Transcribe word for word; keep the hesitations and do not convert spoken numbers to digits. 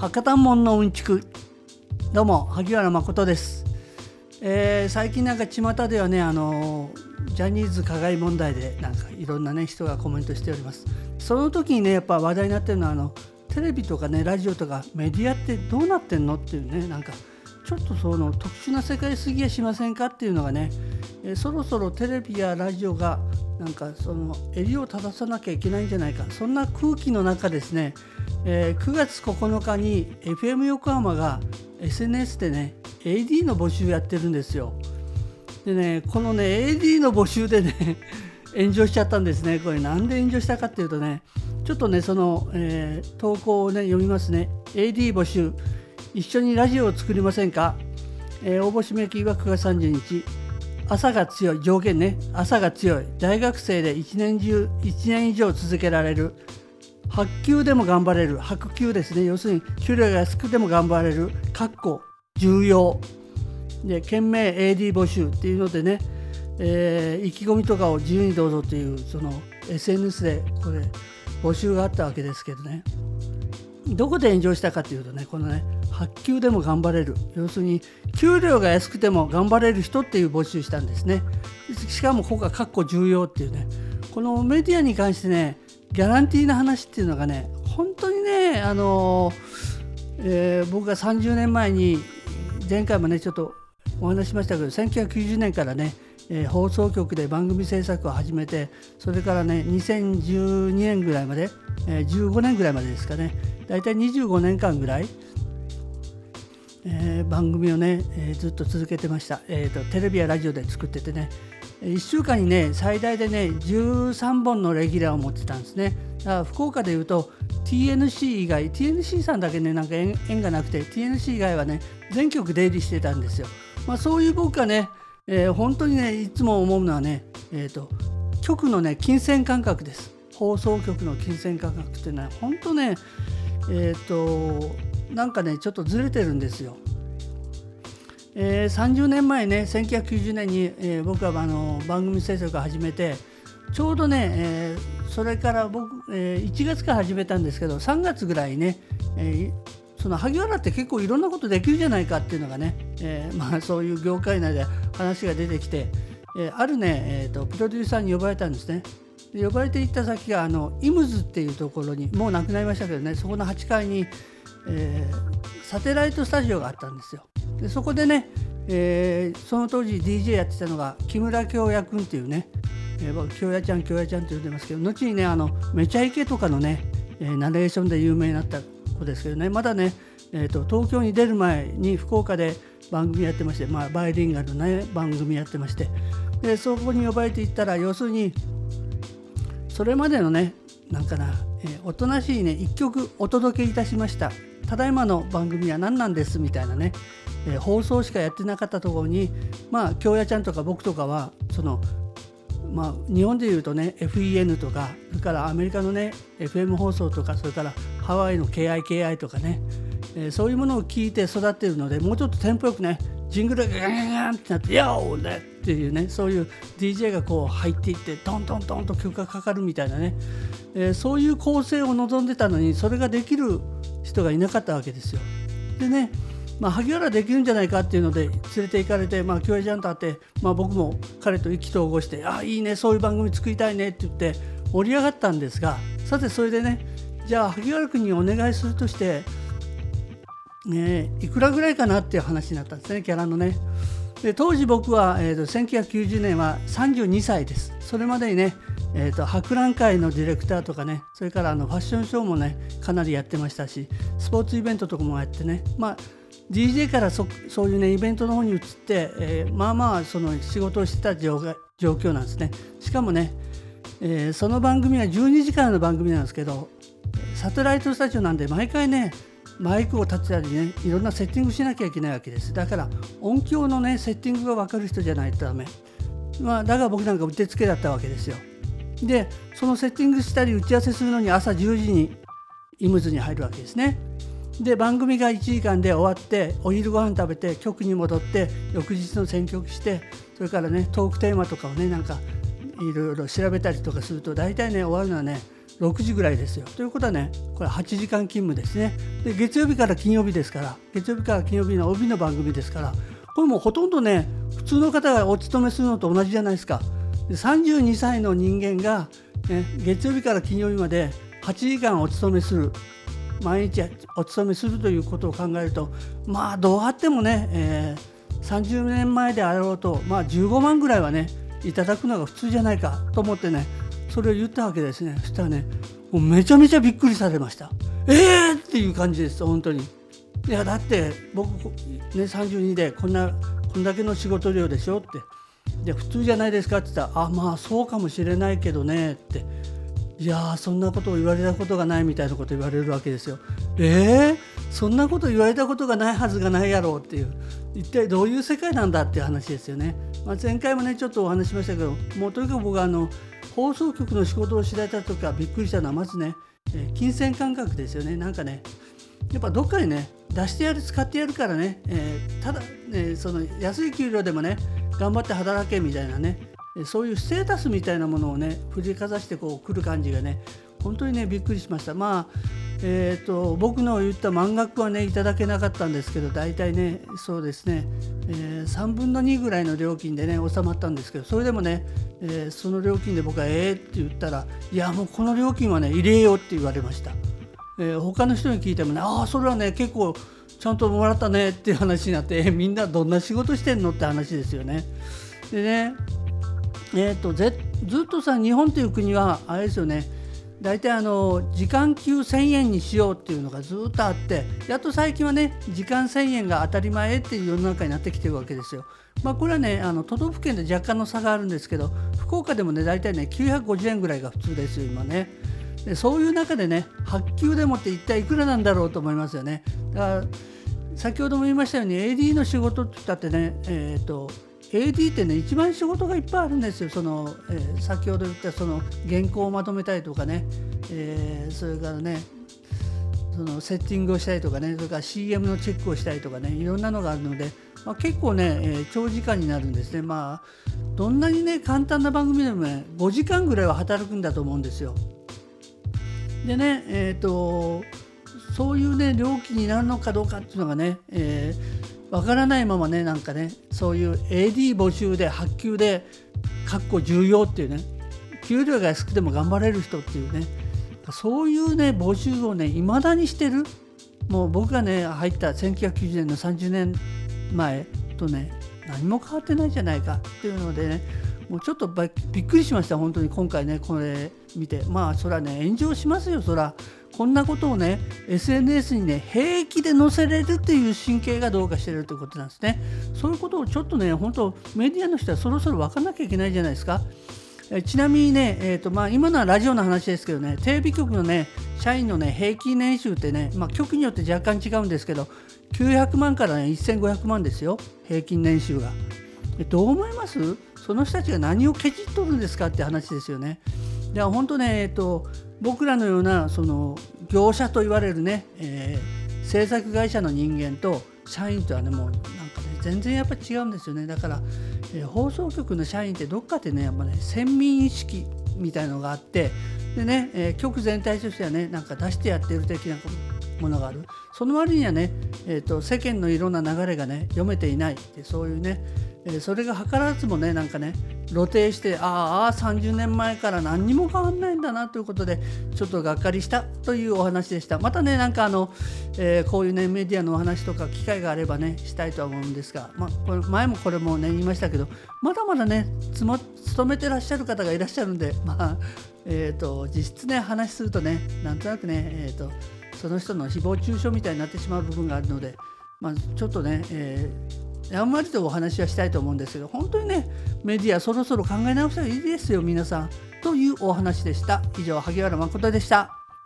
博多門のうんちく。どうも萩原誠です。えー、最近なんか巷ではね、あのジャニーズ加害問題でなんかいろんなね人がコメントしております。その時にねやっぱ話題になってるのはあのテレビとかねラジオとかメディアってどうなってんのっていうね、なんかちょっとその特殊な世界すぎやしませんかっていうのがね、えー、そろそろテレビやラジオがなんかその襟を正さなきゃいけないんじゃないか、そんな空気の中ですね、えー、くがつここのかに エフエム 横浜が エスエヌエス でね エーディー の募集やってるんですよ。でねこのね エーディー の募集でね炎上しちゃったんですね。これなんで炎上したかっていうとね、ちょっとねその、えー、投稿をね読みますね。 エーディー 募集、一緒にラジオを作りませんか、えー、応募締め切りはくがつさんじゅうにち。朝が強い、条件ね、朝が強い、大学生でいちねん中いちねん以上続けられる、白給でも頑張れる、白給ですね、要するに給料が安くても頑張れる、かっこ重要で、件名 エーディー 募集っていうのでね、えー、意気込みとかを自由にどうぞっていうその エスエヌエス でこれ募集があったわけですけどね、どこで炎上したかというとね、このね白給でも頑張れる、要するに給料が安くても頑張れる人っていう募集したんですね。しかもここがかっこ重要っていうね、このメディアに関してねギャランティーな話っていうのがね本当にね、あのーえー、僕がさんじゅうねんまえに前回もねちょっとお話ししましたけど、せんきゅうひゃくきゅうじゅうねんからね、えー、放送局で番組制作を始めて、それからねにせんじゅうにねんぐらいまで、えー、じゅうごねんぐらいまでですかね、だいたいにじゅうごねんかんぐらい、えー、番組をね、えー、ずっと続けてました。えーと、テレビやラジオで作っててね、いっしゅうかんにね最大でねじゅうさんぼんのレギュラーを持ってたんですね。だから福岡でいうと ティーエヌシー 以外 ティーエヌシー さんだけねなんか 縁, 縁がなくて ティーエヌシー 以外はね全局出入りしてたんですよ。まあ、そういう僕がね、えー、本当にねいつも思うのはね、えーと、局のね金銭感覚です。放送局の金銭感覚っていうのは本当ねえーとなんかねちょっとずれてるんですよ。えー、さんじゅうねんまえねせんきゅうひゃくきゅうじゅうねんに、えー、僕はあの番組制作を始めて、ちょうどね、えー、それから僕、えー、いちがつから始めたんですけど、さんがつぐらいね、えー、その萩原って結構いろんなことできるじゃないかっていうのがね、えーまあ、そういう業界内で話が出てきて、えー、あるね、えーと、プロデューサーに呼ばれたんですね。で呼ばれて行った先があのイムズっていうところに、もうなくなりましたけどね、そこのはちかいに、えー、サテライトスタジオがあったんですよ。でそこでね、えー、その当時 ディージェー やってたのが木村京也君っていうね、えー、僕京也ちゃん京也ちゃんって呼んでますけど、後にねあのめちゃイケとかのね、えー、ナレーションで有名になった子ですけどね、まだね、えーと、東京に出る前に福岡で番組やってまして、まあ、バイリンガルな、ね、番組やってまして、でそこに呼ばれていったら、要するにそれまでのねなんかな、えー、おとなしいねいっきょくお届けいたしました、ただいまの番組は何なんですみたいなね、えー、放送しかやってなかったところに、まあ京也ちゃんとか僕とかはその、まあ、日本でいうとね エフイーエヌ とか、それからアメリカのね エフエム 放送とか、それからハワイの ケーアイケーアイ とかね、えー、そういうものを聞いて育っているので、もうちょっとテンポよくねジングルがガンガンってなって「ヨーレ!」っていうね、そういう ディージェー がこう入っていってトントントンと曲がかかるみたいなね、えー、そういう構成を望んでたのに、それができる人がいなかったわけですよ。でね、まあ、萩原できるんじゃないかっていうので連れて行かれて、まあ、京也ちゃんと会って、まあ、僕も彼と意気投合して、ああいいね、そういう番組作りたいねって言って盛り上がったんですが、さてそれでね、じゃあ萩原君にお願いするとして、ね、いくらぐらいかなっていう話になったんですね、キャラのね。で当時僕は、えー、とせんきゅうひゃくきゅうじゅうねんはさんじゅうにさいです。それまでにね、えー、と博覧会のディレクターとかね、それからあのファッションショーもねかなりやってましたし、スポーツイベントとかもやってね、まあ ディージェー から そ, そういうねイベントの方に移って、えー、まあまあその仕事をしてた 状, 状況なんですね。しかもね、えー、その番組はじゅうにじからの番組なんですけど、サテライトスタジオなんで毎回ねマイクを立てたりね、いろんなセッティングしなきゃいけないわけです。だから音響のねセッティングが分かる人じゃないとダメ、まあ、だから僕なんかうってつけだったわけですよ。でそのセッティングしたり打ち合わせするのに朝じゅうじにイムズに入るわけですね。で番組がいちじかんで終わってお昼ご飯食べて局に戻って翌日の選曲して、それからねトークテーマとかをねなんかいろいろ調べたりとかすると、大体ね終わるのはねろくじぐらいですよ。ということはね、これはちじかん勤務ですね。で月曜日から金曜日ですから、月曜日から金曜日の帯の番組ですから、これもほとんどね普通の方がお勤めするのと同じじゃないですか。でさんじゅうにさいの人間が、ね、月曜日から金曜日まではちじかんお勤めする、毎日お勤めするということを考えると、まあどうあってもね、えー、さんじゅうねんまえであろうと、まあ、じゅうごまんぐらいはねいただくのが普通じゃないかと思ってね、それを言ったわけですね。そしたらね、もうめちゃめちゃびっくりされました。えーっていう感じです、本当に。いやだって僕、ね、さんじゅうにでこんなこんだけの仕事量でしょって、で普通じゃないですかって言ったら、あまあそうかもしれないけどねって、いやーそんなことを言われたことがないみたいなことを言われるわけですよ。えー、そんなこと言われたことがないはずがないやろうっていう、一体どういう世界なんだっていう話ですよね。まあ、前回もねちょっとお話ししましたけど、もうとにかく僕はあの放送局の仕事を知られた時からびっくりしたのは、まずね、えー、金銭感覚ですよね。なんかねやっぱどっかにね出してやる使ってやるからね、えー、ただ、ね、その安い給料でもね頑張って働けみたいなね、そういうステータスみたいなものをね振りかざしてこう来る感じがね、本当にねびっくりしました。まあえー、と僕の言った満額はねいただけなかったんですけど、大体ねそうですね、えー、さんぶんのにぐらいの料金でね収まったんですけど、それでもね、えー、その料金で僕はえーって言ったら、いやもうこの料金はね入れようって言われました。えー、他の人に聞いてもね、ああそれはね結構ちゃんともらったねっていう話になって、えー、みんなどんな仕事してんのって話ですよね。でね、えー、とぜずっとさ日本という国はあれですよね、大体あの時間給せんえんにしようっていうのがずっとあって、やっと最近はね時間せんえんが当たり前っていう世の中になってきてるわけですよ。まあこれはねあの都道府県で若干の差があるんですけど、福岡でもね大体ねきゅうひゃくごじゅうえんぐらいが普通ですよ今ね。でそういう中でね発給でもって一体いくらなんだろうと思いますよね。だから先ほども言いましたように エーディー の仕事って言ったってね、えーとエーディー ってね一番仕事がいっぱいあるんですよ。その、えー、先ほど言ったその原稿をまとめたりとかね、えー、それからねそのセッティングをしたりとかね、それから シーエム のチェックをしたりとかね、いろんなのがあるので、まあ、結構ね、えー、長時間になるんですね。まあどんなにね簡単な番組でもねごじかんぐらいは働くんだと思うんですよ。でね、えーとそういうね料金になるのかどうかっていうのがね、えー、分からないままねなんかねそういう エーディー 募集で発給でかっこ重要っていうね、給料が安くても頑張れる人っていうね、そういうね募集をね未だにしてる。もう僕がね入ったせんきゅうひゃくきゅうじゅうねんのさんじゅうねんまえとね何も変わってないじゃないかっていうのでね、もうちょっとびっくりしました本当に今回ねこれ見て。まあそれはね炎上しますよ。そらこんなことをね エスエヌエス にね平気で載せれるっていう神経がどうかしてるということなんですね。そういうことをちょっとね本当メディアの人はそろそろ分かんなきゃいけないじゃないですか。えちなみにね、えーとまあ、今のはラジオの話ですけどね、テレビ局のね社員のね平均年収ってね、まあ、局によって若干違うんですけどきゅうひゃくまんからねせんごひゃくまんですよ、平均年収が。どう思います？その人たちが何をケチっとるんですかって話ですよね。では本当ね、えーと、僕らのようなその業者と言われるね、えー、制作会社の人間と社員とはねもうなんかね全然やっぱり違うんですよね。だから、えー、放送局の社員ってどっかでねやっぱね先民意識みたいなのがあって、でね、えー、局全体としてはねなんか出してやってる的なものがある。その割にはね、えーと、世間のいろんな流れがね読めていないって、そういうね、えー、それが図らずもねなんかね露呈して、ああさんじゅうねんまえから何にも変わんないんだなということでちょっとがっかりしたというお話でした。またねなんかあの、えー、こういうねメディアのお話とか機会があればねしたいとは思うんですが、まあ、これ前もこれもね言いましたけど、まだまだねつも勤めてらっしゃる方がいらっしゃるんで、まあえーと実質ね話するとねなんとなくね、えーとその人の誹謗中傷みたいになってしまう部分があるので、まあ、ちょっとね、えー、あんまりとお話はしたいと思うんですけど、本当にねメディアそろそろ考え直したらいいですよ皆さんというお話でした。以上、萩原誠でした。